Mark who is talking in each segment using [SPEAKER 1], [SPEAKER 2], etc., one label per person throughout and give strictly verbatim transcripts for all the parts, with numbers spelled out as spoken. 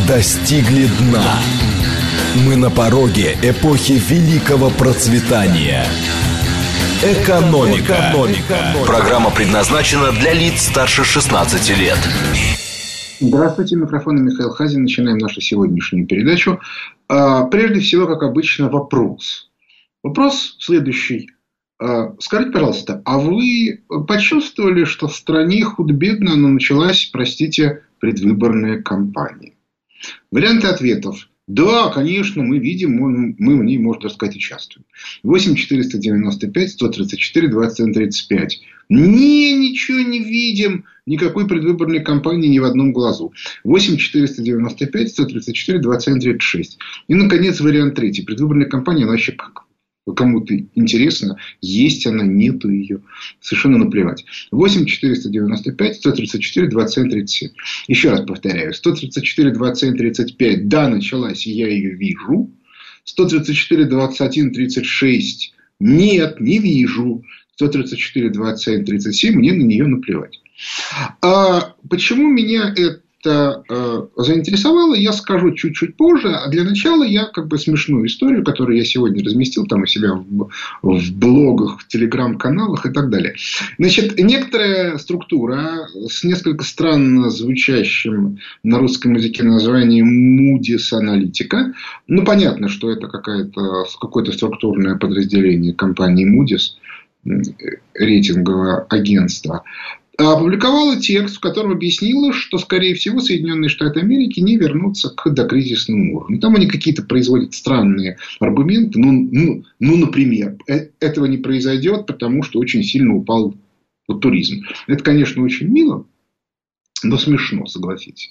[SPEAKER 1] достигли дна. Мы на пороге эпохи великого процветания. Экономика. Экономика. Программа предназначена для лиц старше шестнадцати лет.
[SPEAKER 2] Здравствуйте, микрофон Михаил Хазин. Начинаем нашу сегодняшнюю передачу. Прежде всего, как обычно, вопрос. Вопрос следующий. Скажите, пожалуйста, а вы почувствовали, что в стране худо-бедно началась, простите, предвыборная кампания? Варианты ответов. Да, конечно, мы видим, мы, мы в ней, можно сказать, участвуем. восемь четыреста девяносто пять сто тридцать четыре двадцать один тридцать пять. Не, ничего не видим. Никакой предвыборной кампании ни в одном глазу. восемь четыреста девяносто пять сто тридцать четыре двадцать один тридцать шесть. И, наконец, вариант третий. Предвыборная кампания, она вообще как? Кому-то интересно, есть она, нету ее. Совершенно наплевать. восемь четыреста девяносто пять сто тридцать четыре двадцать один тридцать семь. Еще раз повторяю. сто тридцать четыре двадцать один тридцать пять. Да, началась, и я ее вижу. сто тридцать четыре двадцать один тридцать шесть. Нет, не вижу. сто тридцать четыре двадцать один тридцать семь. Мне на нее наплевать. А почему меня это э, заинтересовало, я скажу чуть-чуть позже. А для начала я как бы смешную историю, которую я сегодня разместил там у себя в, в блогах, в телеграм-каналах и так далее. Значит, некоторая структура с несколько странно звучащим на русском языке названием Moody's Analytica. Ну, понятно, что это какое-то, какое-то структурное подразделение компании Moody's, рейтинговое агентство, опубликовала текст, в котором объяснила, что, скорее всего, Соединенные Штаты Америки не вернутся к докризисному уровню. Там они какие-то производят странные аргументы. Ну, ну, ну, например, этого не произойдет, потому что очень сильно упал туризм. Это, конечно, очень мило, но смешно, согласитесь.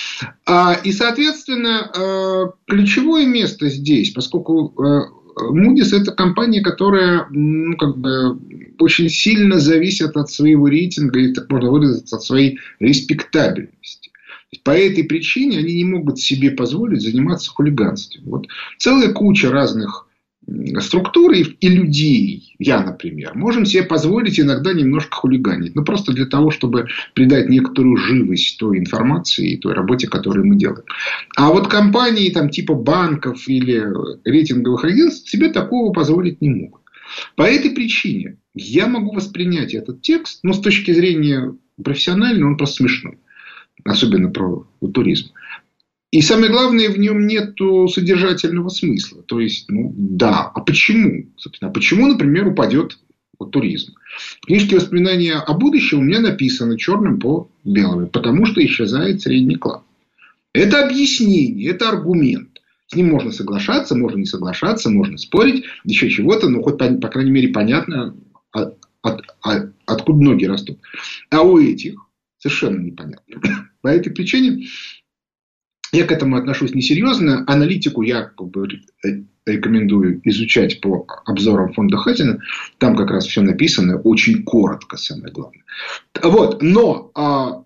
[SPEAKER 2] А, и, соответственно, ключевое место здесь, поскольку Moody's – это компания, которая, ну, как бы, очень сильно зависит от своего рейтинга и, так можно выразиться, от своей респектабельности. По этой причине они не могут себе позволить заниматься хулиганством. Вот целая куча разных структур и людей, я, например, можем себе позволить иногда немножко хулиганить. Но просто для того, чтобы придать некоторую живость той информации и той работе, которую мы делаем. А вот компании там, типа банков или рейтинговых агентств себе такого позволить не могут. По этой причине я могу воспринять этот текст, но с точки зрения профессиональной он просто смешной. Особенно про туризм. И самое главное, в нем нет содержательного смысла. То есть, ну да, а почему? Собственно, почему, например, упадет вот, туризм? В книжке «Воспоминания о будущем» у меня написано черным по белому. Потому что исчезает средний класс. Это объяснение, это аргумент. С ним можно соглашаться, можно не соглашаться, можно спорить, еще чего-то. Но хоть, по, по крайней мере, понятно, от, от, от, откуда ноги растут. А у этих совершенно непонятно. По этой причине я к этому отношусь несерьезно. Аналитику я как бы рекомендую изучать по обзорам фонда Хазина. Там как раз все написано очень коротко, самое главное. Вот. Но а,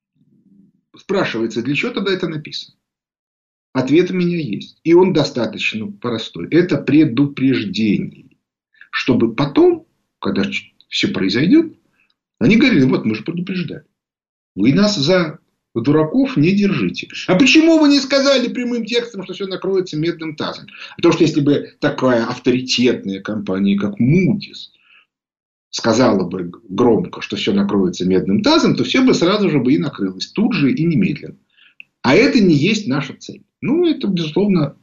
[SPEAKER 2] спрашивается, для чего тогда это написано? Ответ у меня есть. И он достаточно простой. Это предупреждение. Чтобы потом, когда все произойдет, они говорили, вот мы же предупреждали. Вы нас за дураков не держите. А почему вы не сказали прямым текстом, что все накроется медным тазом? Потому что если бы такая авторитетная компания, как Moody's, сказала бы громко, что все накроется медным тазом, то все бы сразу же бы и накрылось. Тут же и немедленно. А это не есть наша цель. Ну, это, безусловно,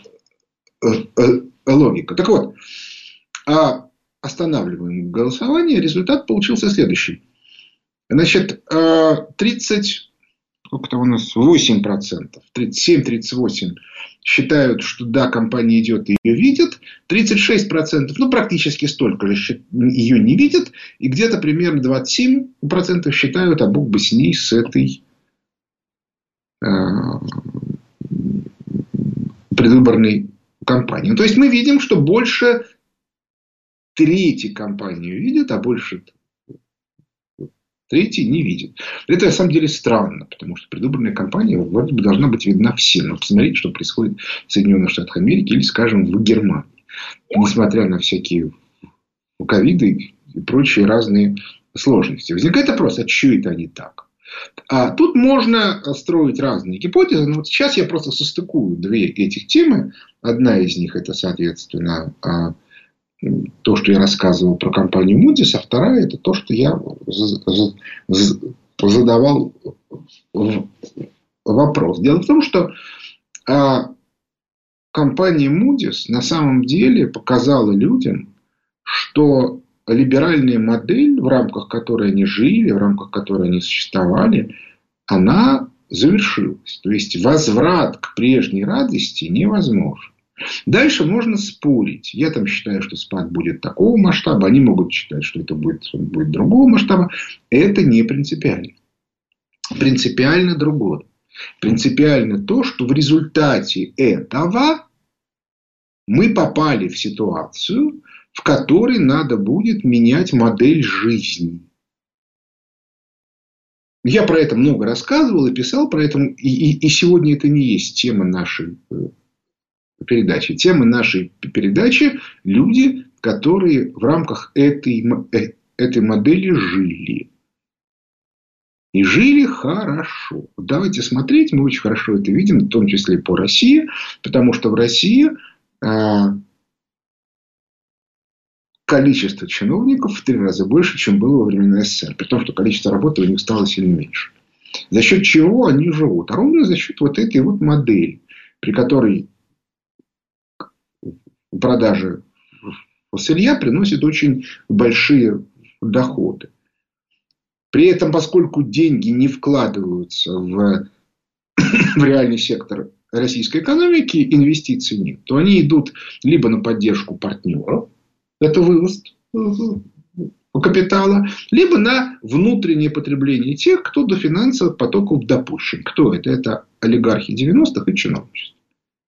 [SPEAKER 2] логика. Так вот, останавливаем голосование. Результат получился следующий. Значит, тридцать... Сколько там у нас? восемь процентов. тридцать семь тридцать восемь считают, что да, компания идет и ее видят. тридцать шесть процентов, ну, практически столько же ее не видят. И где-то примерно двадцать семь процентов считают, а бог бы с ней, с этой э, предвыборной кампанией. То есть, мы видим, что больше трети компанию видят, а больше третий не видит. Это на самом деле странно, потому что предвыборная кампания вроде бы должна быть видна всем. Но посмотрите, что происходит в Соединенных Штатах Америки или, скажем, в Германии. Несмотря на всякие ковиды и прочие разные сложности. Возникает вопрос, а чего это они так? А тут можно строить разные гипотезы, но вот сейчас я просто состыкую две этих темы. Одна из них это, соответственно, то, что я рассказывал про компанию Moody's, а вторая это то, что я задавал вопрос. Дело в том, что компания Moody's на самом деле показала людям, что либеральная модель, в рамках которой они жили, в рамках которой они существовали, она завершилась. То есть возврат к прежней радости невозможен. Дальше можно спорить. Я там считаю, что спад будет такого масштаба. Они могут считать, что это будет, будет другого масштаба. Это не принципиально. Принципиально другое. Принципиально то, что в результате этого мы попали в ситуацию, в которой надо будет менять модель жизни. Я про это много рассказывал и писал про это. И, и, и сегодня это не есть тема нашей передачи. Тема нашей передачи – люди, которые в рамках этой, этой модели жили. И жили хорошо. Давайте смотреть. Мы очень хорошо это видим, в том числе и по России. Потому что в России количество чиновников в три раза больше, чем было во времена СССР. При том, что количество работы у них стало сильно меньше. За счет чего они живут? А ровно за счет вот этой вот модели, при которой продажа сырья приносит очень большие доходы. При этом, поскольку деньги не вкладываются в, в реальный сектор российской экономики, инвестиций нет, то они идут либо на поддержку партнеров, это вывоз капитала, либо на внутреннее потребление тех, кто до финансовых потоков допущен. Кто это? Это олигархи девяностых и чиновничество.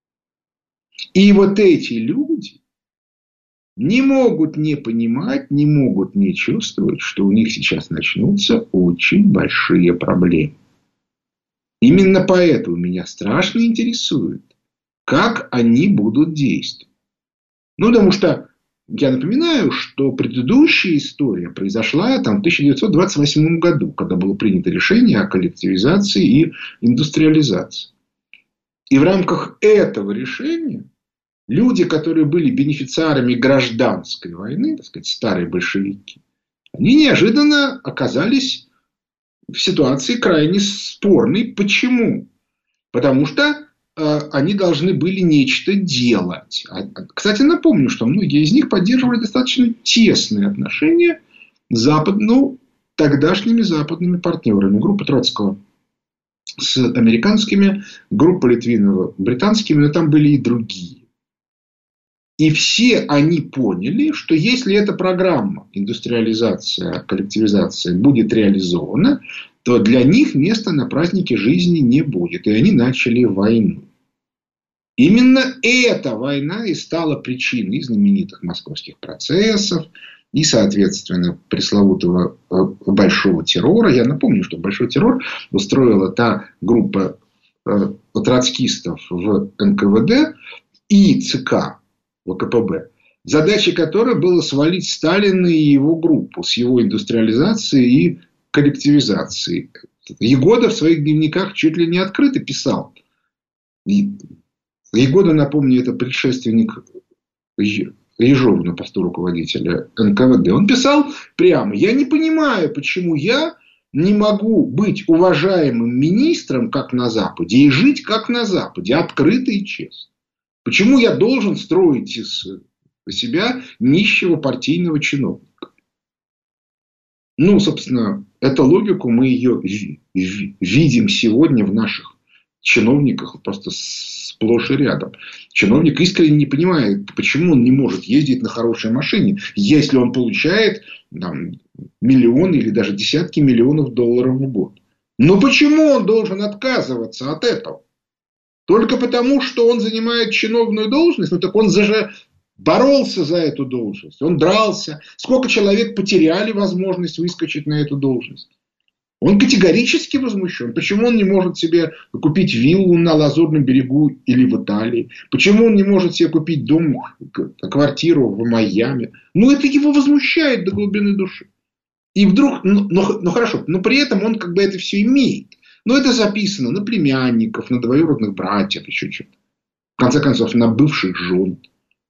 [SPEAKER 2] И вот эти люди не могут не понимать, не могут не чувствовать, что у них сейчас начнутся очень большие проблемы. Именно поэтому меня страшно интересует, как они будут действовать. Ну, потому что я напоминаю, что предыдущая история произошла там, в тысяча девятьсот двадцать восьмом году, когда было принято решение о коллективизации и индустриализации. И в рамках этого решения люди, которые были бенефициарами гражданской войны, так сказать, старые большевики, они неожиданно оказались в ситуации крайне спорной. Почему? Потому что они должны были нечто делать. Кстати, напомню, что многие из них поддерживали достаточно тесные отношения с запад... ну, тогдашними западными партнерами. Группа Троцкого с американскими, группа Литвинова британскими, но там были и другие. И все они поняли, что если эта программа индустриализация, коллективизация будет реализована, то для них места на празднике жизни не будет. И они начали войну. Именно эта война и стала причиной знаменитых московских процессов и, соответственно, пресловутого большого террора. Я напомню, что большой террор устроила та группа троцкистов в эн ка вэ дэ и ЦК вэ ка пэ бэ, задачей которой было свалить Сталина и его группу с его индустриализацией и коллективизацией. Егода в своих дневниках чуть ли не открыто писал. Егода, напомню, это предшественник Ежова на посту руководителя эн ка вэ дэ. Он писал прямо: я не понимаю, почему я не могу быть уважаемым министром, как на Западе, и жить, как на Западе, открыто и честно. Почему я должен строить из себя нищего партийного чиновника? Ну, собственно, эту логику мы ее видим сегодня в наших чиновниках просто сплошь и рядом. Чиновник искренне не понимает, почему он не может ездить на хорошей машине, если он получает там, миллионы или даже десятки миллионов долларов в год. Но почему он должен отказываться от этого? Только потому, что он занимает чиновную должность? Ну, так он же боролся за эту должность. Он дрался. Сколько человек потеряли возможность выскочить на эту должность? Он категорически возмущен. Почему он не может себе купить виллу на Лазурном берегу или в Италии? Почему он не может себе купить дом, квартиру в Майами? Ну, это его возмущает до глубины души. И вдруг, ну, ну, ну хорошо, но при этом он как бы это все имеет. Но это записано на племянников, на двоюродных братьев, еще что-то. В конце концов, на бывших жен.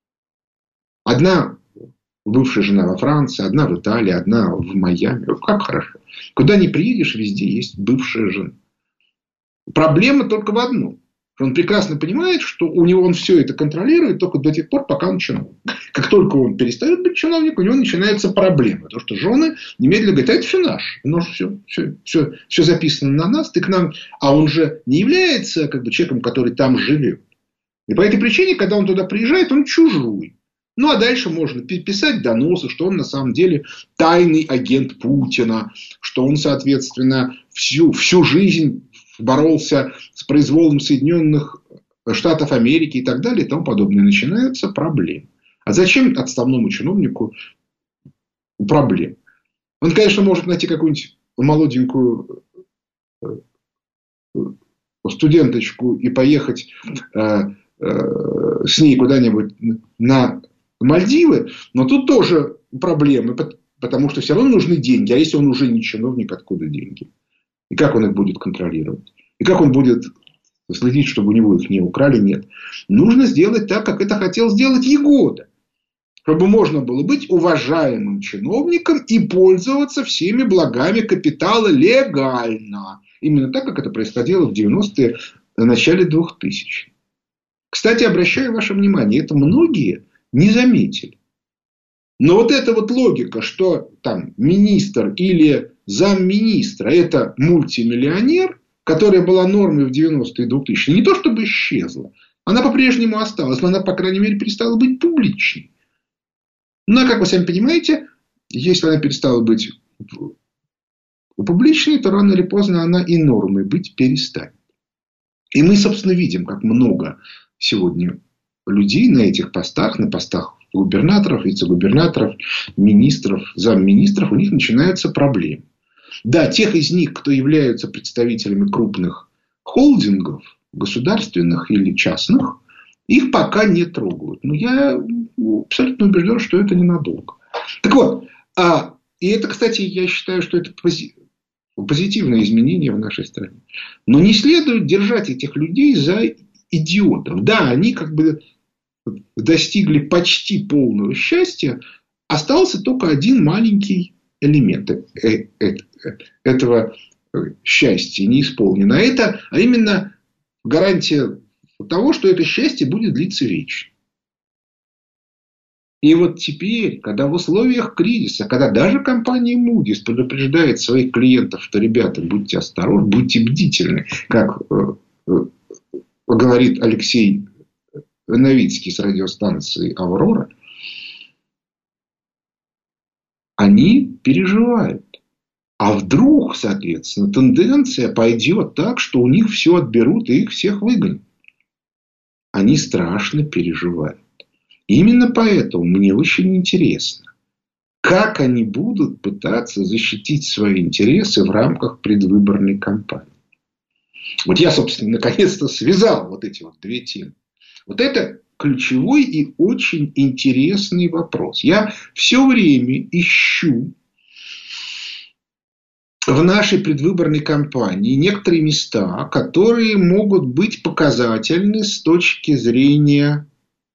[SPEAKER 2] Одна бывшая жена во Франции, одна в Италии, одна в Майами. Как хорошо. Куда ни приедешь, везде есть бывшая жена. Проблема только в одном. Он прекрасно понимает, что у него он все это контролирует только до тех пор, пока он чиновник. Как только он перестает быть чиновником, у него начинаются проблемы. То, что жены немедленно говорят, а это все наше. Ну, все, все, все, все записано на нас, ты к нам. А он же не является как бы, человеком, который там живет. И по этой причине, когда он туда приезжает, он чужой. Ну, а дальше можно писать доносы, что он на самом деле тайный агент Путина, что он, соответственно, всю, всю жизнь боролся с произволом Соединенных Штатов Америки и так далее и тому подобное. Начинаются проблемы. А зачем отставному чиновнику проблемы? Он, конечно, может найти какую-нибудь молоденькую студенточку и поехать с ней куда-нибудь на Мальдивы, но тут тоже проблемы, потому что все равно нужны деньги. А если он уже не чиновник, откуда деньги? И как он их будет контролировать? И как он будет следить, чтобы у него их не украли? Нет. Нужно сделать так, как это хотел сделать Ягода. Чтобы можно было быть уважаемым чиновником и пользоваться всеми благами капитала легально. Именно так, как это происходило в девяностые, в начале двухтысячных. Кстати, обращаю ваше внимание, это многие не заметили. Но вот эта вот логика, что там министр или замминистра это мультимиллионер, которая была нормой в девяностые и двухтысячные, не то чтобы исчезла, она по-прежнему осталась, но она, по крайней мере, перестала быть публичной. Ну, а как вы сами понимаете, если она перестала быть публичной, то рано или поздно она и нормой быть перестанет. И мы, собственно, видим, как много сегодня людей на этих постах, на постах губернаторов, вице-губернаторов, министров, замминистров, у них начинаются проблемы. Да, тех из них, кто являются представителями крупных холдингов, государственных или частных, их пока не трогают. Но я абсолютно убежден, что это ненадолго. Так вот, а, и это, кстати, я считаю, что это позитивное изменение в нашей стране. Но не следует держать этих людей за идиотов. Да, они как бы достигли почти полного счастья. Остался только один маленький элемент этого счастья не исполнено. А это, а именно гарантия того, что это счастье будет длиться вечно. И вот теперь, когда в условиях кризиса, когда даже компания Moody's предупреждает своих клиентов, что, ребята, будьте осторожны, будьте бдительны, как говорит Алексей Новицкий с радиостанции «Аврора», они переживают. А вдруг, соответственно, тенденция пойдет так, что у них все отберут и их всех выгонят. Они страшно переживают. Именно поэтому мне очень интересно, как они будут пытаться защитить свои интересы в рамках предвыборной кампании. Вот я, собственно, наконец-то связал вот эти вот две темы. Вот это ключевой и очень интересный вопрос. Я все время ищу в нашей предвыборной кампании некоторые места, которые могут быть показательны с точки зрения,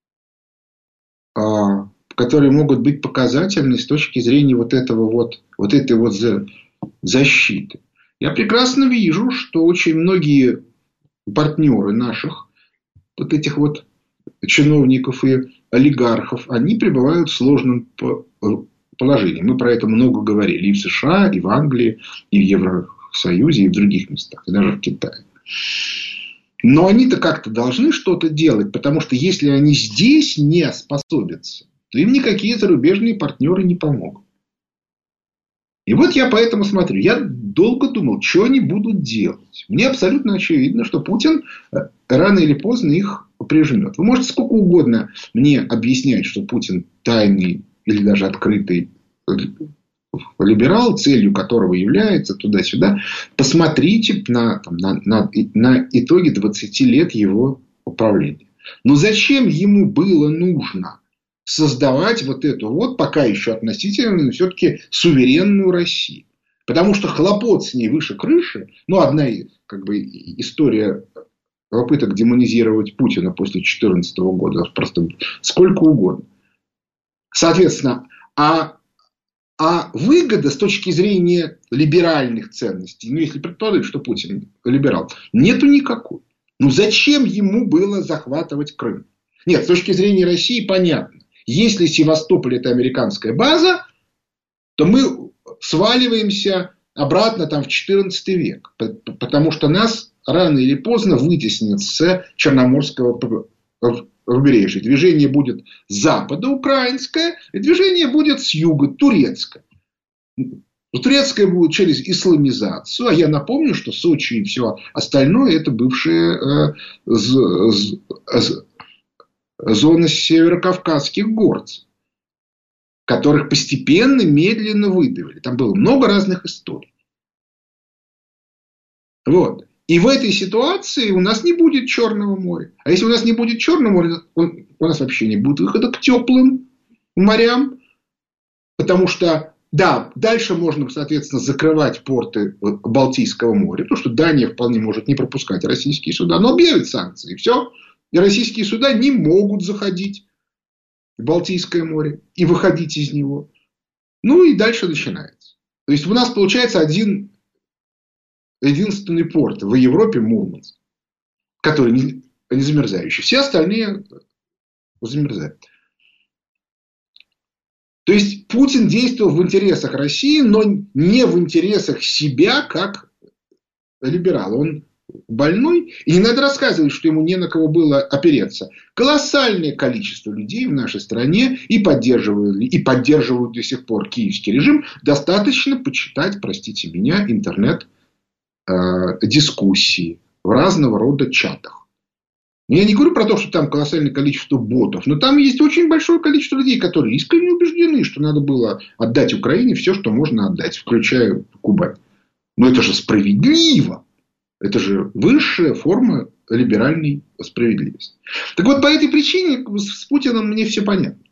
[SPEAKER 2] которые могут быть показательны с точки зрения вот этого вот, вот этой вот защиты. Я прекрасно вижу, что очень многие партнеры наших вот этих вот чиновников и олигархов, они пребывают в сложном положении. Мы про это много говорили и в США, и в Англии, и в Евросоюзе, и в других местах, и даже в Китае. Но они-то как-то должны что-то делать, потому что если они здесь не способятся, то им никакие зарубежные партнеры не помогут. И вот я поэтому смотрю. Я долго думал, что они будут делать. Мне абсолютно очевидно, что Путин рано или поздно их прижмет. Вы можете сколько угодно мне объяснять, что Путин тайный или даже открытый либерал, целью которого является туда-сюда. Посмотрите на, там, на, на, на итоги двадцати лет его управления. Но зачем ему было нужно создавать вот эту вот пока еще относительно все-таки суверенную Россию. Потому что хлопот с ней выше крыши, ну, одна как бы история попыток демонизировать Путина после две тысячи четырнадцатого года, просто сколько угодно. Соответственно, а, а выгода с точки зрения либеральных ценностей, ну, если предположить, что Путин либерал, нету никакой. Ну, зачем ему было захватывать Крым? Нет, с точки зрения России понятно. Если Севастополь – это американская база, то мы сваливаемся обратно там, в четырнадцатый век. Потому что нас рано или поздно вытеснят с Черноморского побережья. Движение будет с запада украинское, и движение будет с юга турецкое. Турецкое будет через исламизацию. А я напомню, что Сочи и все остальное – это бывшие э, з, з, з, зоны северокавказских горцев, которых постепенно, медленно выдавили. Там было много разных историй. Вот. И в этой ситуации у нас не будет Черного моря. А если у нас не будет Черного моря, у нас вообще не будет выхода к теплым морям. Потому что, да, дальше можно, соответственно, закрывать порты Балтийского моря. Потому что Дания вполне может не пропускать российские суда. Но объявит санкции. И все. И российские суда не могут заходить в Балтийское море и выходить из него. Ну и дальше начинается. То есть у нас получается один единственный порт в Европе — Мурманск, который не, не замерзающий. Все остальные замерзают. То есть Путин действовал в интересах России, но не в интересах себя как либерал. Он больной, и не надо рассказывать, что ему не на кого было опереться. Колоссальное количество людей в нашей стране и поддерживали, и поддерживают до сих пор киевский режим. Достаточно почитать, простите меня, интернет э, дискуссии в разного рода чатах. Я не говорю про то, что там колоссальное количество ботов, но там есть очень большое количество людей, которые искренне убеждены, что надо было отдать Украине все, что можно отдать, включая Кубань. Но это же справедливо. Это же высшая форма либеральной справедливости. Так вот, по этой причине с Путиным мне все понятно.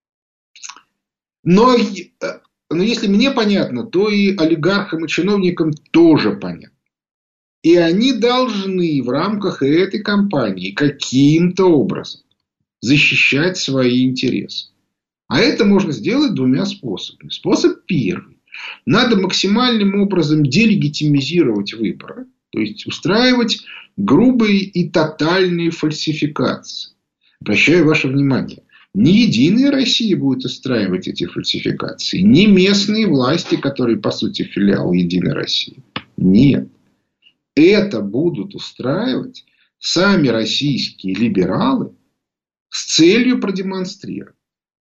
[SPEAKER 2] Но, но если мне понятно, то и олигархам и чиновникам тоже понятно. И они должны в рамках этой кампании каким-то образом защищать свои интересы. А это можно сделать двумя способами. Способ первый. Надо максимальным образом делегитимизировать выборы. То есть устраивать грубые и тотальные фальсификации. Обращаю ваше внимание. Не Единая Россия будет устраивать эти фальсификации. Не местные власти, которые по сути филиал Единой России. Нет. Это будут устраивать сами российские либералы с целью продемонстрировать.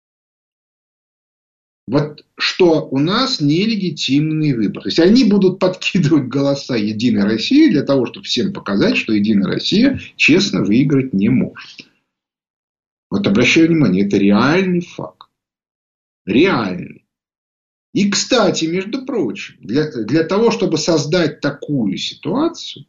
[SPEAKER 2] Вот что у нас нелегитимный выбор. То есть они будут подкидывать голоса Единой России для того, чтобы всем показать, что Единая Россия честно выиграть не может. Вот обращаю внимание, это реальный факт. Реальный. И, кстати, между прочим, для, для того, чтобы создать такую ситуацию,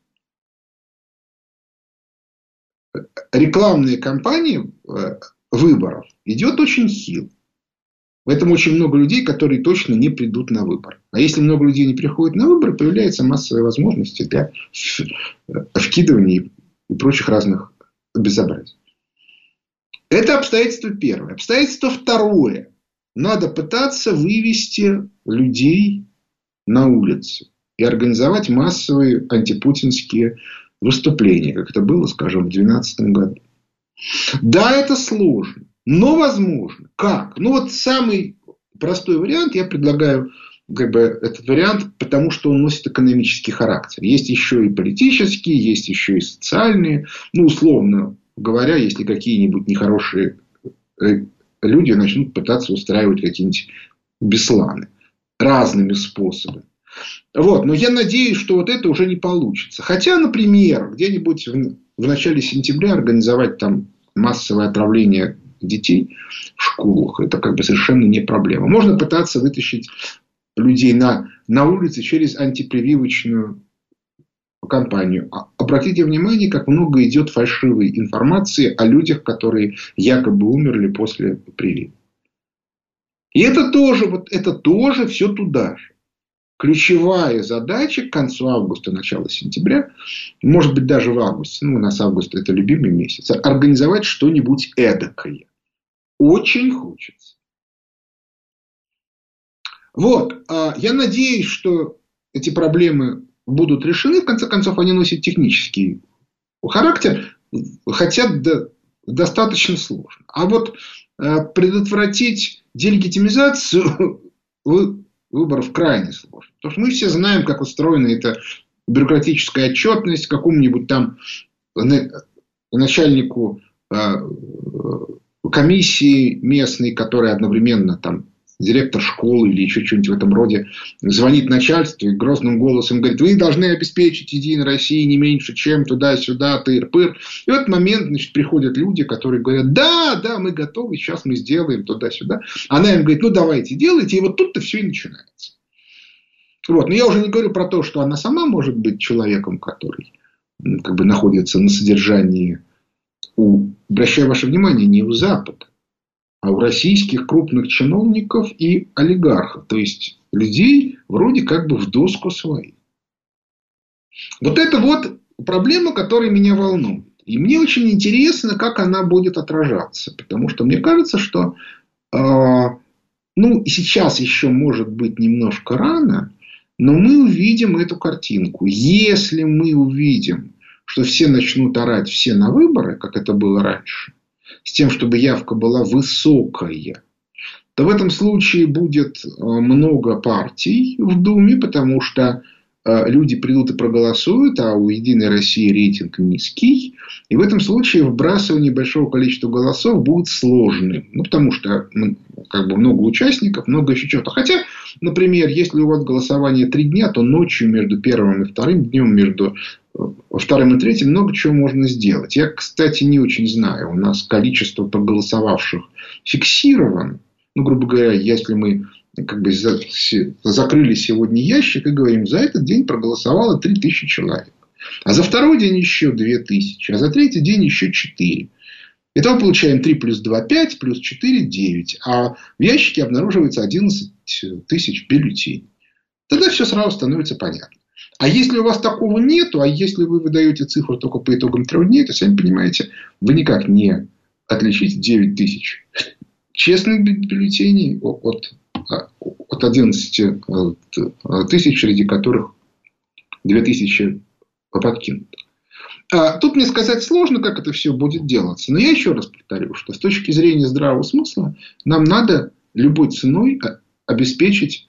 [SPEAKER 2] рекламная кампания выборов идет очень хило. Поэтому очень много людей, которые точно не придут на выборы. А если много людей не приходят на выборы, появляются массовые возможности для вкидывания и прочих разных безобразий. Это обстоятельство первое. Обстоятельство второе. Надо пытаться вывести людей на улицы и организовать массовые антипутинские выступления, как это было, скажем, в две тысячи двенадцатом году. Да, это сложно. Но возможно. Как? Ну, вот самый простой вариант, я предлагаю как бы, этот вариант, потому что он носит экономический характер. Есть еще и политические, есть еще и социальные. Ну, условно говоря, если какие-нибудь нехорошие люди начнут пытаться устраивать какие-нибудь бесланы разными способами. Вот. Но я надеюсь, что вот это уже не получится. Хотя, например, где-нибудь в, в начале сентября организовать там массовое отравление детей в школах, это как бы совершенно не проблема. Можно пытаться вытащить людей на, на улице через антипрививочную кампанию. А Обратите внимание, как много идет фальшивой информации о людях, которые якобы умерли после прививки. И это тоже, вот это тоже все туда же. Ключевая задача к концу августа, начало сентября, может быть, даже в августе, ну, у нас август это любимый месяц, организовать что-нибудь эдакое. Очень хочется. Вот. Я надеюсь, что эти проблемы будут решены. В конце концов, они носят технический характер, хотя достаточно сложно. А вот предотвратить делегитимизацию выборов крайне сложно. Потому что мы все знаем, как устроена эта бюрократическая отчетность. Какому-нибудь там начальнику комиссии местной, которая одновременно там директор школы или еще что-нибудь в этом роде, звонит начальству и грозным голосом говорит: вы должны обеспечить Единой России не меньше, чем туда-сюда, тыр-пыр. И в этот момент, значит, приходят люди, которые говорят: да, да, мы готовы, сейчас мы сделаем туда-сюда. Она им говорит: ну, давайте, делайте. И вот тут-то все и начинается. Вот. Но я уже не говорю про то, что она сама может быть человеком, который как бы находится на содержании у, обращаю ваше внимание, не у Запада, а у российских крупных чиновников и олигархов. То есть людей вроде как бы в доску своих. Вот это вот проблема, которая меня волнует. И мне очень интересно, как она будет отражаться. Потому что мне кажется, что э, ну, сейчас еще может быть немножко рано, но мы увидим эту картинку. Если мы увидим, что все начнут орать все на выборы, как это было раньше, с тем, чтобы явка была высокая, то в этом случае будет много партий в Думе, потому что люди придут и проголосуют, а у Единой России рейтинг низкий. И в этом случае вбрасывание большого количества голосов будет сложным. Ну, потому что ну, как бы много участников, много еще чего-то. Хотя, например, если у вас голосование три дня, то ночью между первым и вторым днем, между вторым и третьим много чего можно сделать. Я, кстати, не очень знаю. У нас количество проголосовавших фиксировано. Ну, грубо говоря, если мы как бы закрыли сегодня ящик и говорим: за этот день проголосовало три тысячи человек. А за второй день еще две тысячи. А за третий день еще четыре. Итого мы получаем три плюс два – пять, плюс четыре – девять. А в ящике обнаруживается одиннадцать тысяч бюллетеней. Тогда все сразу становится понятно. А если у вас такого нету, а если вы выдаете цифру только по итогам трех дней, то, сами понимаете, вы никак не отличите девять тысяч честных бюллетеней от, от одиннадцати тысяч, среди которых две тысячи подкинуты. А тут мне сказать сложно, как это все будет делаться. Но я еще раз повторю, что с точки зрения здравого смысла нам надо любой ценой обеспечить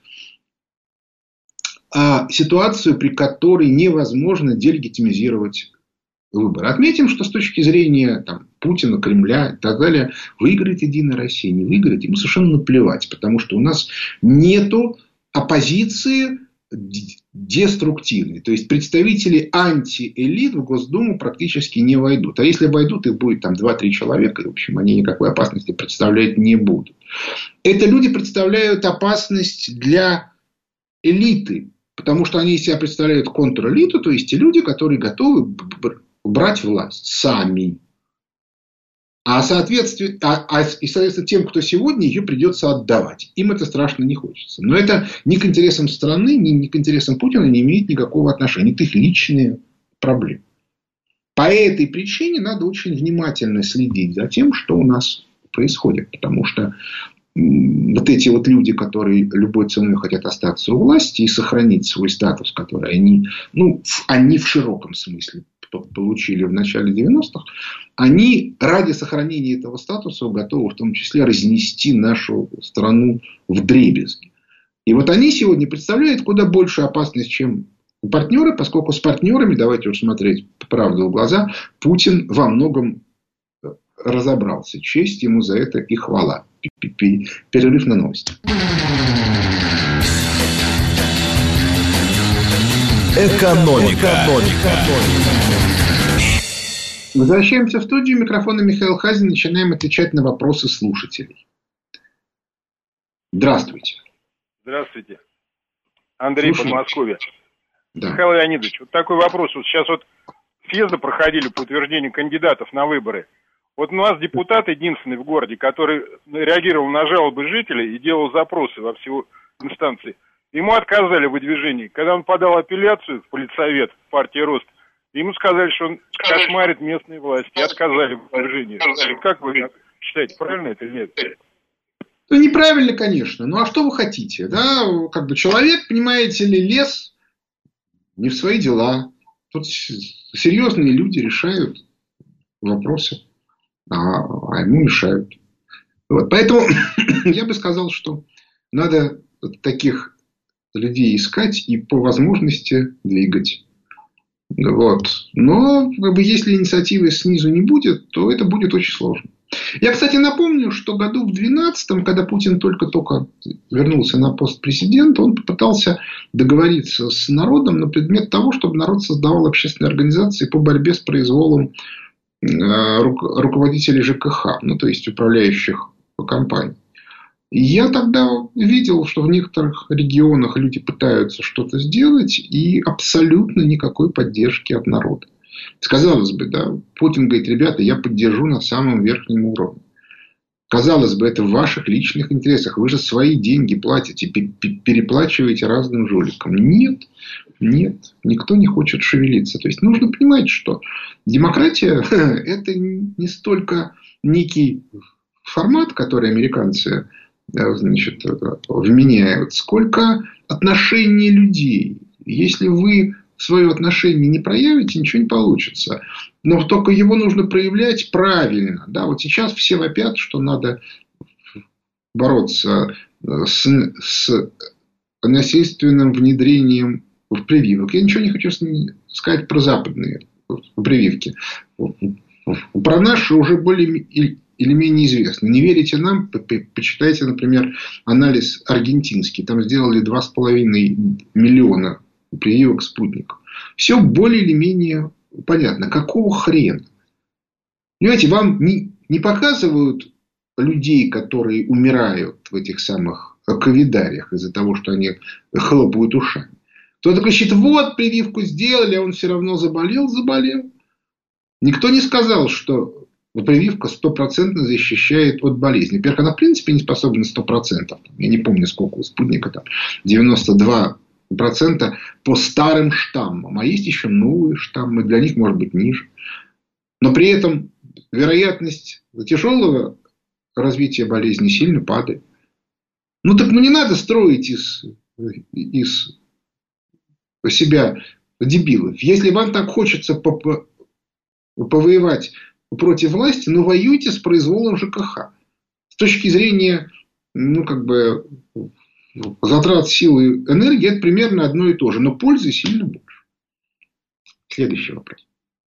[SPEAKER 2] ситуацию, при которой невозможно делегитимизировать выборы. Отметим, что с точки зрения там, Путина, Кремля и так далее, выиграет Единая Россия, не выиграет, ему совершенно наплевать. Потому что у нас нету оппозиции деструктивной. То есть представители антиэлит в Госдуму практически не войдут. А если войдут, их будет там два-три человека. И, в общем, они никакой опасности представлять не будут. Это люди представляют опасность для элиты. Потому что они из себя представляют контрэлиту, то есть те люди, которые готовы брать власть сами. А, соответственно, а, а, и, соответственно, тем, кто сегодня, ее придется отдавать. Им это страшно не хочется. Но это ни к интересам страны, ни, ни к интересам Путина не имеет никакого отношения. Это их личные проблемы. По этой причине надо очень внимательно следить за тем, что у нас происходит. Потому что вот эти вот люди, которые любой ценой хотят остаться у власти и сохранить свой статус, который они, ну, они в широком смысле получили в начале девяностых, они ради сохранения этого статуса готовы в том числе разнести нашу страну вдребезги. И вот они сегодня представляют куда большую опасность, чем партнеры, поскольку с партнерами, давайте уж смотреть правду в глаза, Путин во многом разобрался. Честь ему за это и хвала. Перерыв на новости.
[SPEAKER 1] Экономика. Экономика.
[SPEAKER 2] Возвращаемся в студию. Микрофон Михаил Хазин. Начинаем отвечать на вопросы слушателей. Здравствуйте.
[SPEAKER 3] Здравствуйте. Андрей, Подмосковье.
[SPEAKER 2] Да.
[SPEAKER 3] Михаил Леонидович, вот такой вопрос. Вот сейчас вот съезды проходили по утверждению кандидатов на выборы. Вот у нас депутат единственный в городе, который реагировал на жалобы жителей и делал запросы во все инстанции. Ему отказали в выдвижении. Когда он подал апелляцию в политсовет партии «Рост», ему сказали, что он кошмарит местные власти, и отказали в выдвижении. Как вы считаете, правильно это или нет?
[SPEAKER 2] Ну, неправильно, конечно. Ну, а что вы хотите? Да, как бы человек, понимаете ли, лез не в свои дела. Тут серьезные люди решают вопросы, а, а ему мешают. Вот. Поэтому я бы сказал, что надо таких людей искать и по возможности двигать. Вот. Но как бы, если инициативы снизу не будет, то это будет очень сложно. Я, кстати, напомню, что году в двенадцатом, когда Путин только-только вернулся на пост президента, он попытался договориться с народом на предмет того, чтобы народ создавал общественные организации по борьбе с произволом руководителей ЖКХ, ну, то есть управляющих компаний. И я тогда видел, что в некоторых регионах люди пытаются что-то сделать, и абсолютно никакой поддержки от народа. Казалось бы, да, Путин говорит: ребята, я поддержу на самом верхнем уровне. Казалось бы, это в ваших личных интересах. Вы же свои деньги платите, переплачиваете разным жуликам. Нет, нет, никто не хочет шевелиться. То есть нужно понимать, что демократия – это не столько некий формат, который американцы, значит, вменяют, сколько отношение людей. Если вы свое отношение не проявите, ничего не получится. Но только его нужно проявлять правильно. Да, вот сейчас все вопят, что надо бороться с, с насильственным внедрением в прививок. Я ничего не хочу сказать про западные прививки. Про наши уже более или менее известно. Не верите нам? Почитайте, например, анализ аргентинский. Там сделали два с половиной миллиона прививок спутников. Все более или менее понятно. Какого хрена? Понимаете, вам не, не показывают людей, которые умирают в этих самых ковидариях из-за того, что они хлопают ушами. Кто-то кричит: вот, прививку сделали, а он все равно заболел, заболел. Никто не сказал, что прививка стопроцентно защищает от болезни. Во-первых, она в принципе не способна сто процентов. Я не помню, сколько у спутника там. девяносто два процента по старым штаммам. А есть еще новые штаммы. Для них может быть ниже. Но при этом вероятность тяжелого развития болезни сильно падает. Ну так ну не надо строить из, из себя дебилов. Если вам так хочется повоевать против власти, ну воюйте с произволом ЖКХ. С точки зрения, ну как бы, затрат силы и энергии, это примерно одно и то же. Но пользы сильно больше. Следующий вопрос.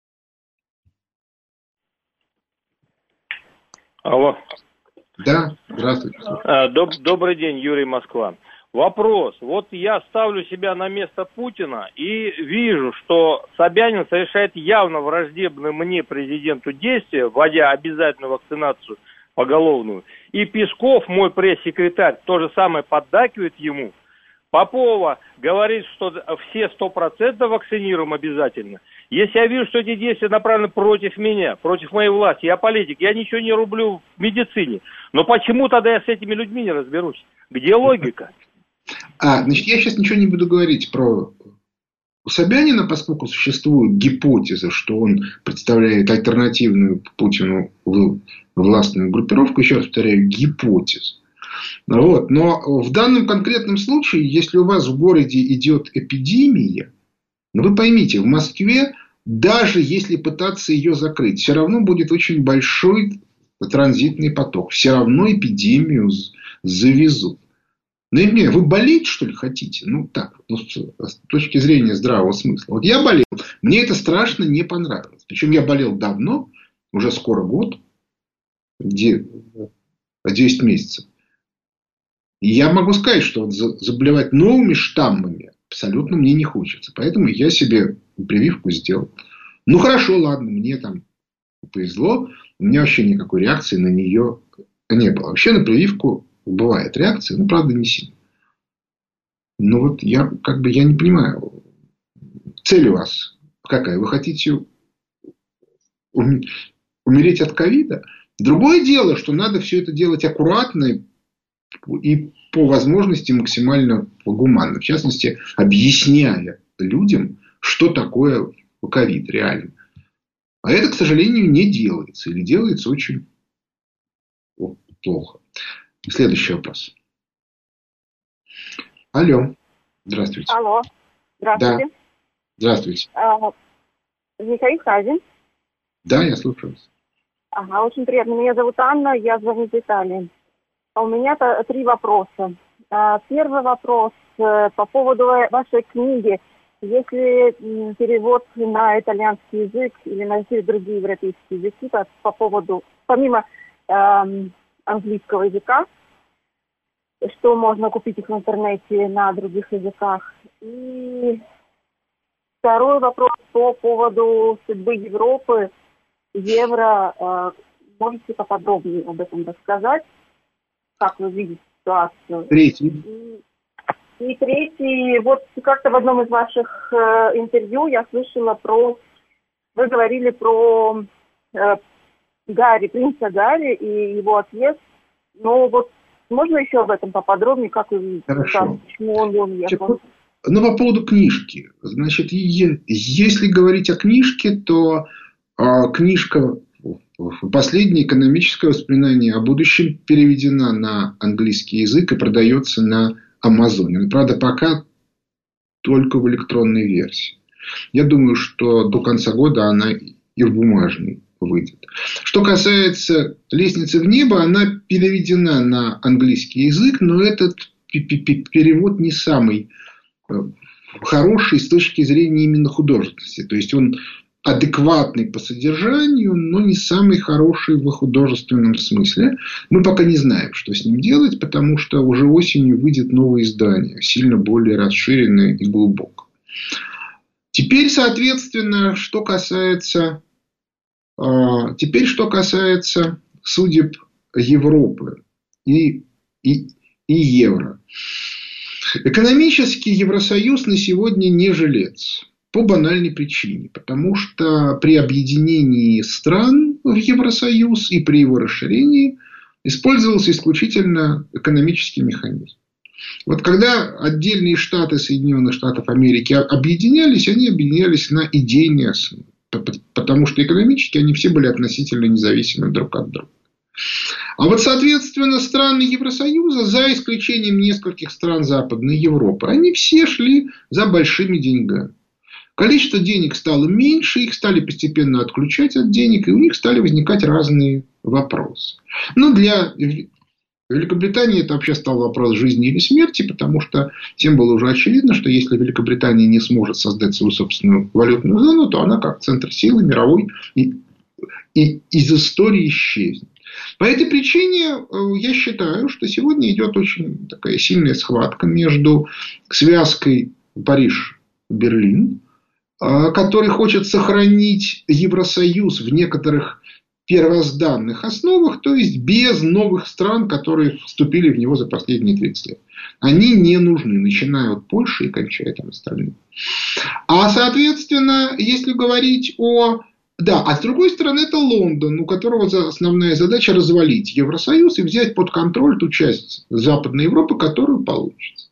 [SPEAKER 4] Алло.
[SPEAKER 2] Да, здравствуйте.
[SPEAKER 4] Доб- добрый день, Юрий, Москва. Вопрос. Вот я ставлю себя на место Путина и вижу, что Собянин совершает явно враждебное мне президенту действия, вводя обязательную вакцинацию поголовную. И Песков, мой пресс-секретарь, то же самое поддакивает ему. Попова говорит, что все сто процентов вакцинируем обязательно. Если я вижу, что эти действия направлены против меня, против моей власти, я политик, я ничего не рублю в медицине. Но почему тогда я с этими людьми не разберусь? Где логика?
[SPEAKER 2] А, значит, я сейчас ничего не буду говорить про Собянина, поскольку существует гипотеза, что он представляет альтернативную Путину властную группировку. Еще раз повторяю, гипотеза. Вот. Но в данном конкретном случае, если у вас в городе идет эпидемия, ну вы поймите, в Москве, даже если пытаться ее закрыть, все равно будет очень большой транзитный поток. Все равно эпидемию завезут. Ну, не, вы болеть, что ли, хотите? Ну, так, ну, с точки зрения здравого смысла. Вот я болел, мне это страшно не понравилось. Причем я болел давно, уже скоро год, десять месяцев. И я могу сказать, что вот заболевать новыми штаммами абсолютно мне не хочется. Поэтому я себе прививку сделал. Ну, хорошо, ладно, мне там повезло. У меня вообще никакой реакции на нее не было. Вообще на прививку бывает реакция, но правда не сильно. Но вот я как бы я не понимаю, цель у вас какая? Вы хотите умереть от ковида. Другое дело, что надо все это делать аккуратно и по возможности максимально гуманно. В частности, объясняя людям, что такое ковид реально. А это, к сожалению, не делается. Или делается очень плохо. Следующий вопрос. Алло. Здравствуйте.
[SPEAKER 5] Алло. Здравствуйте.
[SPEAKER 2] Да. Здравствуйте.
[SPEAKER 5] А, Михаил Хазин.
[SPEAKER 2] Да, я слушаю вас.
[SPEAKER 5] Ага, очень приятно. Меня зовут Анна, я звоню из Италии. А у меня три вопроса. Первый вопрос по поводу вашей книги. Если перевод на итальянский язык или на все другие европейские языки по, по поводу, помимо эм, английского языка, что можно купить их в интернете на других языках. И второй вопрос по поводу судьбы Европы, евро. Э, можете поподробнее об этом рассказать? Как вы видите ситуацию?
[SPEAKER 2] Третий.
[SPEAKER 5] И, и третий, вот как-то в одном из ваших э, интервью я слышала про, вы говорили про э, Гарри, принца Гарри и его отъезд. Но вот можно еще об этом поподробнее, как вы видите?
[SPEAKER 2] Хорошо.
[SPEAKER 5] Как, почему он уехал?
[SPEAKER 2] Ну, по поводу книжки. Значит, если говорить о книжке, то э, книжка... Последнее экономическое воспоминание о будущем переведена на английский язык и продается на Амазоне. Правда, пока только в электронной версии. Я думаю, что до конца года она и в бумажной выйдет. Что касается «Лестницы в небо», она переведена на английский язык, но этот перевод не самый хороший с точки зрения именно художественности. То есть он адекватный по содержанию, но не самый хороший в художественном смысле. Мы пока не знаем, что с ним делать, потому что уже осенью выйдет новое издание, сильно более расширенное и глубокое. Теперь, соответственно, что касается, теперь, что касается судеб Европы и, и, и евро. Экономически Евросоюз на сегодня не жилец. По банальной причине. Потому что при объединении стран в Евросоюз и при его расширении использовался исключительно экономический механизм. Вот когда отдельные штаты Соединенных Штатов Америки объединялись, они объединялись на идейной основе. Потому что экономически они все были относительно независимы друг от друга. А вот, соответственно, страны Евросоюза, за исключением нескольких стран Западной Европы, они все шли за большими деньгами. Количество денег стало меньше, их стали постепенно отключать от денег, и у них стали возникать разные вопросы. Но для Великобритании это вообще стал вопрос жизни или смерти, потому что всем было уже очевидно, что если Великобритания не сможет создать свою собственную валютную зону, то она как центр силы мировой и, и из истории исчезнет. По этой причине я считаю, что сегодня идет очень такая сильная схватка между связкой Париж-Берлин, который хочет сохранить Евросоюз в некоторых первозданных основах, то есть без новых стран, которые вступили в него за последние тридцать лет. Они не нужны, начиная от Польши и кончая там остальными. А, соответственно, если говорить о... Да, а с другой стороны, это Лондон, у которого основная задача развалить Евросоюз и взять под контроль ту часть Западной Европы, которую получится.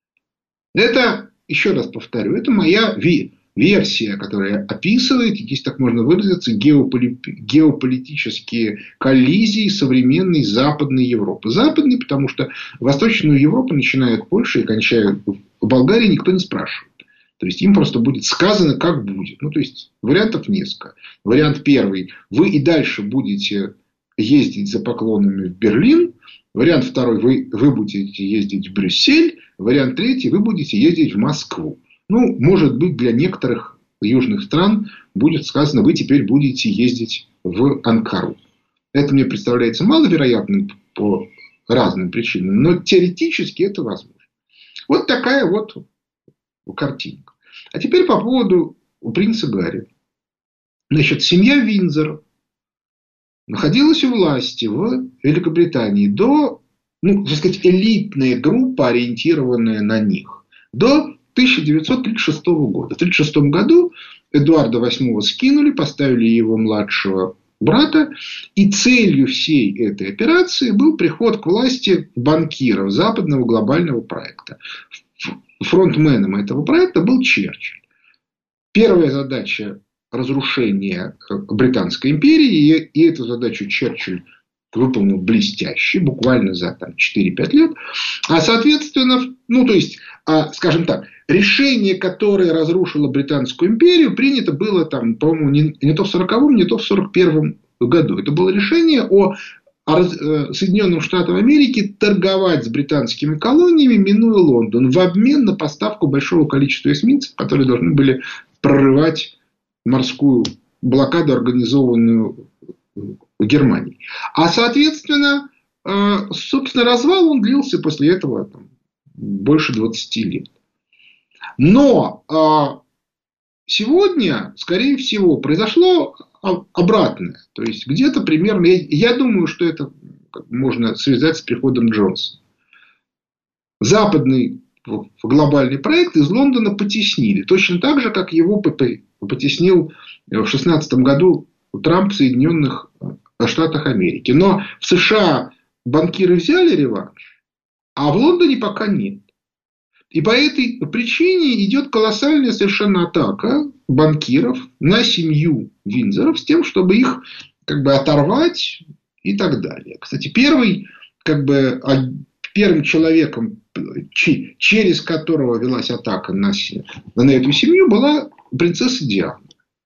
[SPEAKER 2] Это, еще раз повторю, это моя ви. версия, которая описывает, если так можно выразиться, геополи... геополитические коллизии современной Западной Европы. Западной, потому что Восточную Европу, начиная от Польши и кончая в Болгарии, никто не спрашивает. То есть им просто будет сказано, как будет. Ну, то есть вариантов несколько. Вариант первый. Вы и дальше будете ездить за поклонами в Берлин. Вариант второй. Вы, вы будете ездить в Брюссель. Вариант третий. Вы будете ездить в Москву. Ну, может быть, для некоторых южных стран будет сказано, вы теперь будете ездить в Анкару. Это мне представляется маловероятным по разным причинам, но теоретически это возможно. Вот такая вот картинка. А теперь по поводу принца Гарри. Значит, семья Виндзор находилась у власти в Великобритании до, ну, так сказать, элитная группа, ориентированная на них, до тысяча девятьсот тридцать шестого года. В тысяча девятьсот тридцать шестом году Эдуарда восьмого скинули, поставили его младшего брата. И целью всей этой операции был приход к власти банкиров западного глобального проекта. Фронтменом этого проекта был Черчилль. Первая задача – разрушение Британской империи. И эту задачу Черчилль выполнил блестяще, буквально за там, четыре-пять лет. А соответственно, ну то есть, а, скажем так, решение, которое разрушило Британскую империю, принято было там, по-моему, не, не то в сороковом, не то в сорок первом году. Это было решение о, о Соединенных Штатах Америки торговать с британскими колониями, минуя Лондон, в обмен на поставку большого количества эсминцев, которые должны были прорывать морскую блокаду, организованную Германии. А соответственно, собственно, развал он длился после этого там, больше двадцати лет. Но сегодня, скорее всего, произошло обратное. То есть, где-то примерно, я, я думаю, что это можно связать с приходом Джонсона. Западный глобальный проект из Лондона потеснили. Точно так же, как его потеснил в две тысячи шестнадцатом году Трамп в Соединенных Штатах Америки. Но в США банкиры взяли реванш, а в Лондоне пока нет. И по этой причине идет колоссальная совершенно атака банкиров на семью Виндзоров с тем, чтобы их как бы оторвать и так далее. Кстати, первый, как бы, первым человеком, через которого велась атака на, на эту семью, была принцесса Диана.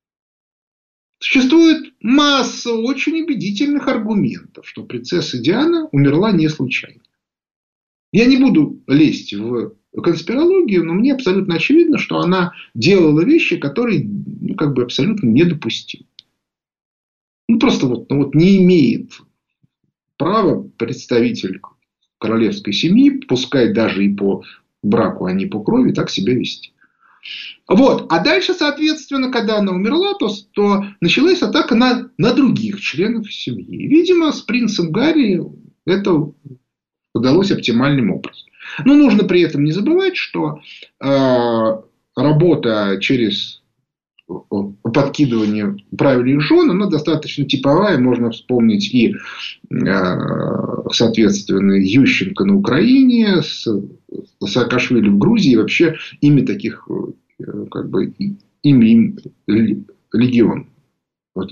[SPEAKER 2] Существует масса очень убедительных аргументов, что принцесса Диана умерла не случайно. Я не буду лезть в конспирологию, но мне абсолютно очевидно, что она делала вещи, которые ну, как бы абсолютно недопустимы. Ну, просто вот, ну, вот не имеет права представитель королевской семьи, пускай даже и по браку, а не по крови, так себя вести. Вот. А дальше, соответственно, когда она умерла, то, то началась атака на, на других членов семьи. Видимо, с принцем Гарри это удалось оптимальным образом. Но нужно при этом не забывать, что э, работа через подкидывание правильных жен, она достаточно типовая. Можно вспомнить и, э, соответственно, Ющенко на Украине, с, Саакашвили в Грузии. И вообще имя таких, э, как бы, имя им легион. Вот,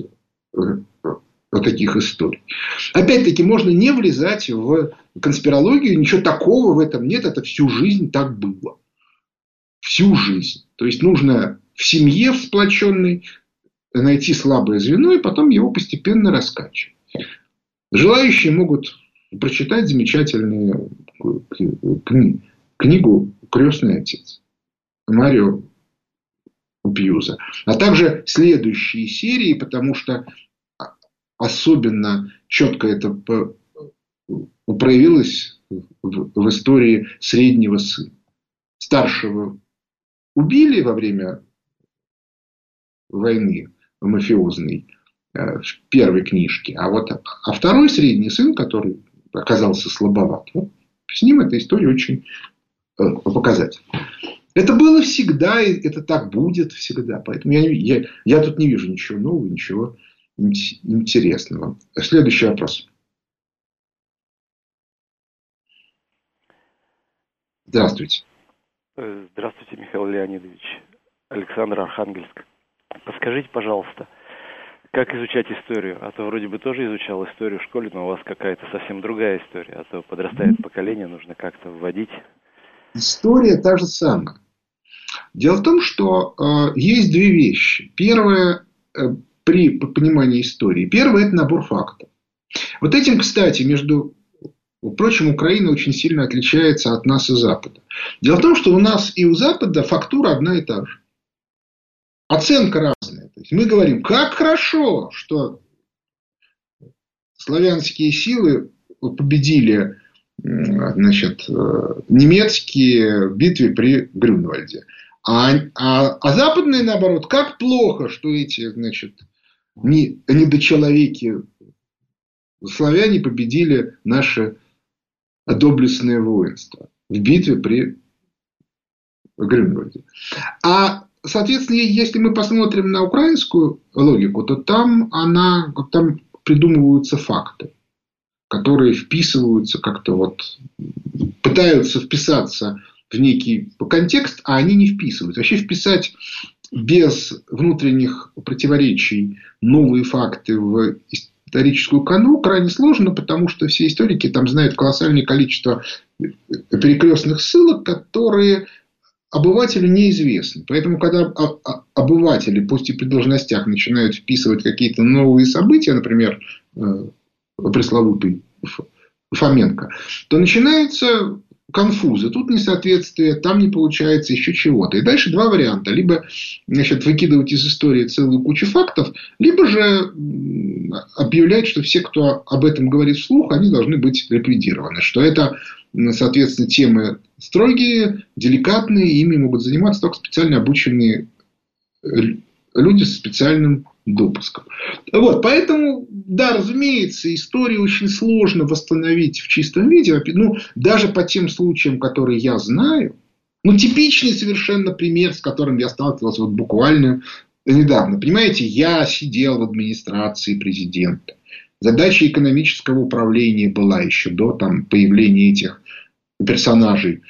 [SPEAKER 2] вот таких историй. Опять-таки, можно не влезать в конспирологию. Ничего такого в этом нет. Это всю жизнь так было. Всю жизнь. То есть, нужно в семье сплоченной найти слабое звено и потом его постепенно раскачивать. Желающие могут прочитать замечательную книгу «Крестный отец» Марио Пьюза. А также следующие серии, потому что особенно четко это проявилось в истории среднего сына. Старшего убили во время войны мафиозной в первой книжке. А вот а второй средний сын, который оказался слабоват, вот, с ним эта история очень показательна. Это было всегда, и это так будет всегда. Поэтому я, я, я тут не вижу ничего нового, ничего интересного. Следующий вопрос. Здравствуйте.
[SPEAKER 6] Здравствуйте, Михаил Леонидович. Александр, Архангельск. Подскажите, пожалуйста, как изучать историю? А то вроде бы тоже изучал историю в школе, но у вас какая-то совсем другая история. А то подрастает поколение, нужно как-то вводить. История та же самая.
[SPEAKER 2] Дело в том, что э, есть две вещи. Первое, э, при понимании истории. Первое – это набор фактов. Вот этим, кстати, между прочим, Украина очень сильно отличается от нас и Запада. Дело в том, что у нас и у Запада фактура одна и та же. Оценка разная. То есть мы говорим, как хорошо, что славянские силы победили, значит, немецкие в битве при Грюнвальде. А, а, а западные, наоборот, как плохо, что эти, значит, не, недочеловеки славяне победили наше доблестное воинство в битве при Грюнвальде. А соответственно, если мы посмотрим на украинскую логику, то там, она, там придумываются факты, которые вписываются как-то вот, пытаются вписаться в некий контекст, а они не вписываются. Вообще вписать без внутренних противоречий новые факты в историческую канву крайне сложно, потому что все историки там знают колоссальное количество перекрестных ссылок, которые обывателю неизвестны. Поэтому, когда обыватели, пусть и при должностях, начинают вписывать какие-то новые события, например, пресловутый Фоменко, то начинаются конфузы. Тут несоответствие, там не получается еще чего-то. И дальше два варианта. Либо, значит, выкидывать из истории целую кучу фактов, либо же объявлять, что все, кто об этом говорит вслух, они должны быть ликвидированы. Что это, соответственно, темы строгие, деликатные, ими могут заниматься только специально обученные люди с специальным допуском. Вот, поэтому, да, разумеется, историю очень сложно восстановить в чистом виде. Ну, даже по тем случаям, которые я знаю. Ну, типичный совершенно пример, с которым я сталкивался вот буквально недавно. Понимаете, я сидел в администрации президента. Задача экономического управления была еще до там, появления этих персонажей.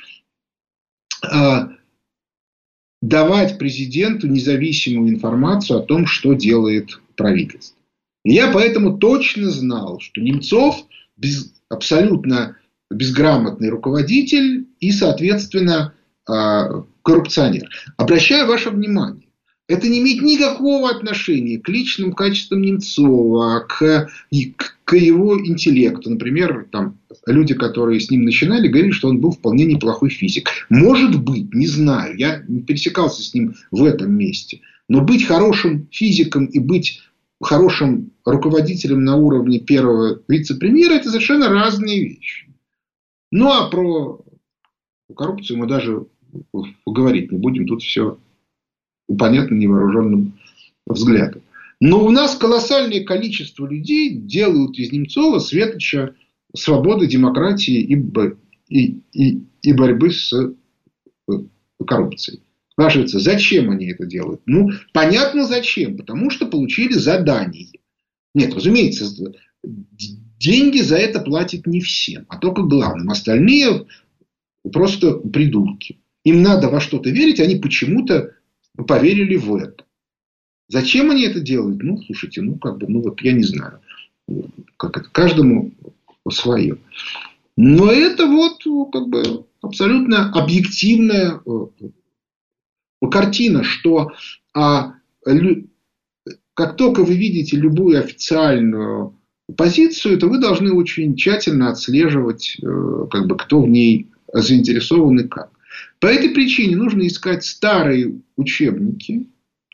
[SPEAKER 2] Давать президенту независимую информацию о том, что делает правительство. И я поэтому точно знал, что Немцов без, абсолютно безграмотный руководитель и, соответственно, коррупционер. Обращаю ваше внимание, это не имеет никакого отношения к личным качествам Немцова, к, к его интеллекту. Например, там, люди, которые с ним начинали, говорили, что он был вполне неплохой физик. Может быть, не знаю, я не пересекался с ним в этом месте. Но быть хорошим физиком и быть хорошим руководителем на уровне первого вице-премьера – это совершенно разные вещи. Ну, а про коррупцию мы даже говорить не будем. Тут все понятно невооруженным взглядом. Но у нас колоссальное количество людей делают из Немцова светоча свободы, демократии и, и, и, и борьбы с коррупцией. Спрашивается, зачем они это делают? Ну, понятно зачем. Потому что получили задание. Нет, разумеется, деньги за это платят не всем, а только главным. Остальные просто придурки. Им надо во что-то верить, они почему-то поверили в это. Зачем они это делают? Ну, слушайте, ну, как бы, ну, вот я не знаю. Как это, каждому свое. Но это вот, как бы, абсолютно объективная картина, что а, лю, как только вы видите любую официальную позицию, то вы должны очень тщательно отслеживать, как бы, кто в ней заинтересован и как. По этой причине нужно искать старые учебники,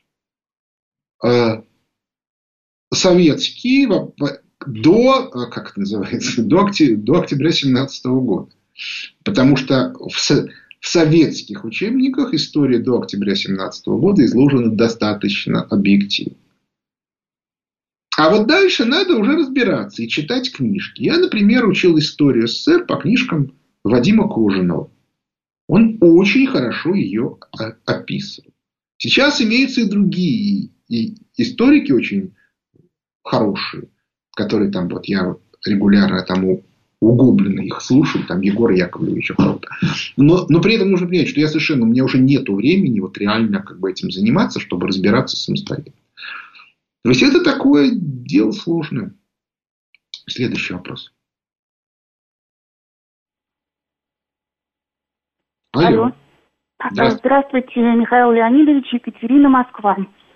[SPEAKER 2] э, советские, до, как это называется, до, октября, до октября семнадцатого года. Потому что в, в советских учебниках история до октября семнадцатого года изложена достаточно объективно. А вот дальше надо уже разбираться и читать книжки. Я, например, учил историю СССР по книжкам Вадима Кожаного. Он очень хорошо ее описывал. Сейчас имеются и другие и историки очень хорошие, которые там, вот я регулярно там у, у Гоблина их слушаю, там Егора Яковлевича кого-то. Но, но при этом нужно понять, что я совершенно, у меня уже нету времени вот реально как бы этим заниматься, чтобы разбираться самостоятельно. То есть это такое дело сложное. Следующий вопрос. Алло.
[SPEAKER 7] Алло. Здравствуйте. Здравствуйте, Михаил Леонидович, Екатерина, Москва.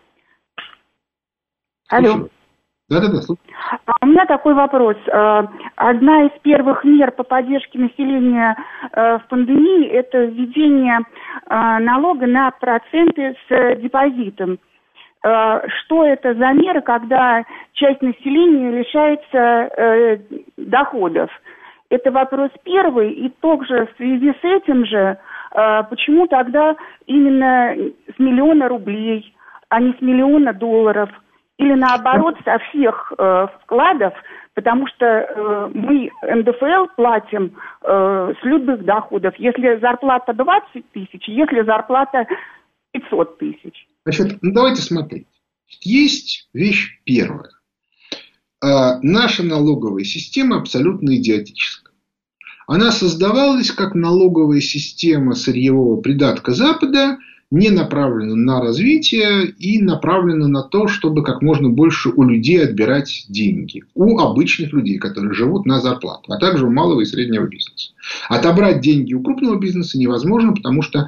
[SPEAKER 7] Алло.
[SPEAKER 2] Да-да-да, слушаю.
[SPEAKER 7] У меня такой вопрос. Одна из первых мер по поддержке населения в пандемии – это введение налога на проценты с депозитом. Что это за меры, когда часть населения лишается доходов? Это вопрос первый, и также в связи с этим же, почему тогда именно с миллиона рублей, а не с миллиона долларов, или наоборот со всех вкладов, потому что мы эн дэ эф эл платим с любых доходов, если зарплата двадцать тысяч, если зарплата пятьсот тысяч.
[SPEAKER 2] Значит, ну, давайте смотреть. Есть вещь первая. А, наша налоговая система абсолютно идиотическая. Она создавалась как налоговая система сырьевого придатка Запада, не направлена на развитие и направлена на то, чтобы как можно больше у людей отбирать деньги. У обычных людей, которые живут на зарплату, а также у малого и среднего бизнеса. Отобрать деньги у крупного бизнеса невозможно, потому что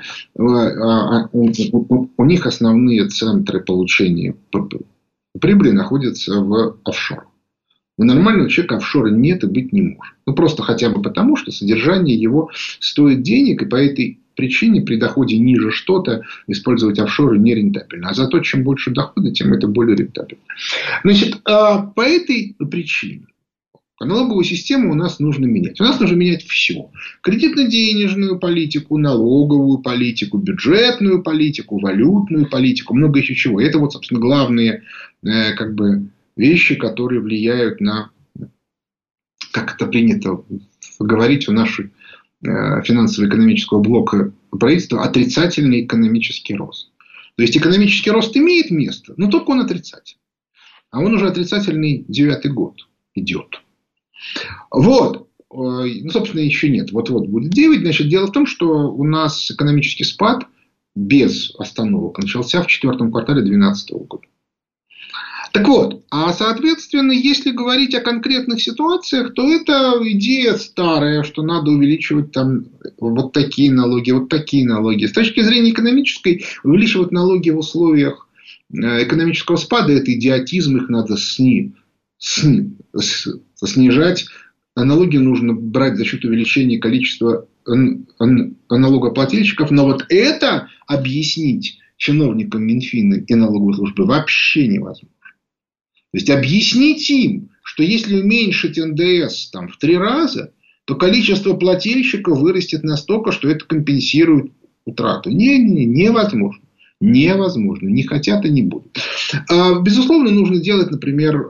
[SPEAKER 2] у них основные центры получения прибыли находятся в офшорах. У нормального человека офшора нет и быть не может. Ну, просто хотя бы потому, что содержание его стоит денег, и по этой причине при доходе ниже что-то использовать офшоры нерентабельно. А зато чем больше дохода, тем это более рентабельно. Значит, по этой причине налоговую систему у нас нужно менять. У нас нужно менять все. Кредитно-денежную политику, налоговую политику, бюджетную политику, валютную политику, много еще чего. Это вот, собственно, главные как бы вещи, которые влияют на, как это принято говорить у нашей финансово-экономического блока правительства, отрицательный экономический рост. То есть экономический рост имеет место, но только он отрицательный. А он уже отрицательный девятый год идет. Вот. Ну, собственно, еще нет. Вот-вот будет девять. Значит, дело в том, что у нас экономический спад без остановок начался в четвертом квартале две тысячи двенадцатого года. Так вот, а соответственно, если говорить о конкретных ситуациях, то это идея старая, что надо увеличивать там вот такие налоги, вот такие налоги. С точки зрения экономической, увеличивать налоги в условиях экономического спада – это идиотизм, их надо сни, сни, снижать. А налоги нужно брать за счет увеличения количества налогоплательщиков. Но вот это объяснить чиновникам Минфина и налоговой службы вообще невозможно. То есть объяснить им, что если уменьшить эн дэ эс там, в три раза, то количество плательщиков вырастет настолько, что это компенсирует утрату. Не, не, невозможно. Невозможно. Не хотят и не будут. Безусловно, нужно делать, например,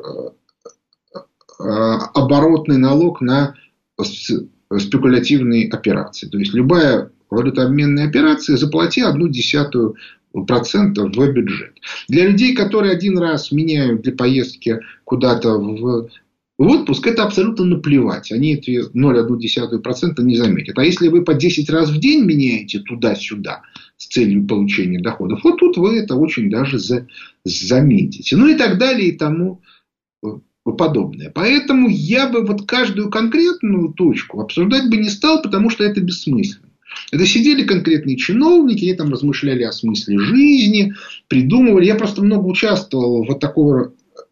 [SPEAKER 2] оборотный налог на спекулятивные операции. То есть любая валютообменная операция, заплати одну десятую процента в бюджет. Для людей, которые один раз меняют для поездки куда-то в, в отпуск, это абсолютно наплевать. Они эти ноль целых одну десятую процента не заметят. А если вы по десять раз в день меняете туда-сюда с целью получения доходов, вот тут вы это очень даже за, заметите. Ну и так далее и тому подобное. Поэтому я бы вот каждую конкретную точку обсуждать бы не стал, потому что это бессмысленно. Это сидели конкретные чиновники, они там размышляли о смысле жизни, придумывали. Я просто много участвовал в вот такого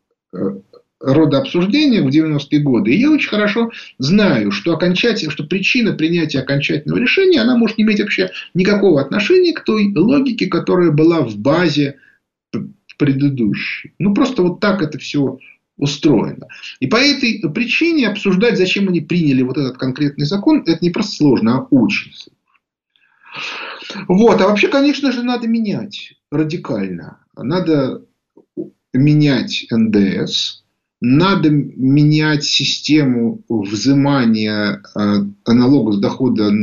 [SPEAKER 2] рода обсуждениях в девяностые годы. И я очень хорошо знаю, что, окончательно, что причина принятия окончательного решения, она может не иметь вообще никакого отношения к той логике, которая была в базе предыдущей. Ну, просто вот так это все устроено. И по этой причине обсуждать, зачем они приняли вот этот конкретный закон, это не просто сложно, а очень сложно. Вот. А вообще, конечно же, надо менять радикально. Надо менять эн дэ эс. Надо менять систему взимания налога с дохода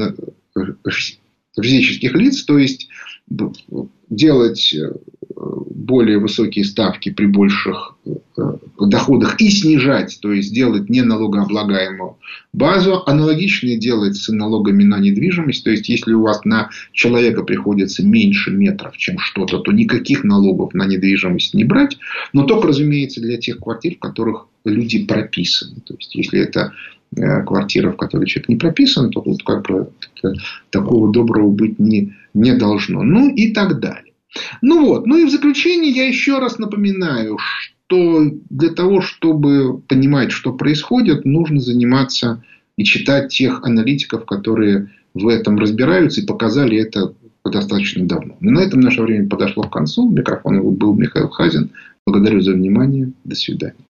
[SPEAKER 2] физических лиц. То есть делать более высокие ставки при больших доходах и снижать, то есть делать не налогооблагаемую базу. Аналогичное делать с налогами на недвижимость. То есть если у вас на человека приходится меньше метров, чем что-то, то никаких налогов на недвижимость не брать. Но только, разумеется, для тех квартир, в которых люди прописаны. То есть если это квартира, в которой человек не прописан, то тут как бы такого доброго быть не, не должно. Ну и так далее. Ну вот. Ну и в заключение я еще раз напоминаю, что для того, чтобы понимать, что происходит, нужно заниматься и читать тех аналитиков, которые в этом разбираются и показали это достаточно давно. Но на этом наше время подошло к концу. Микрофон был Михаил Хазин. Благодарю за внимание. До свидания.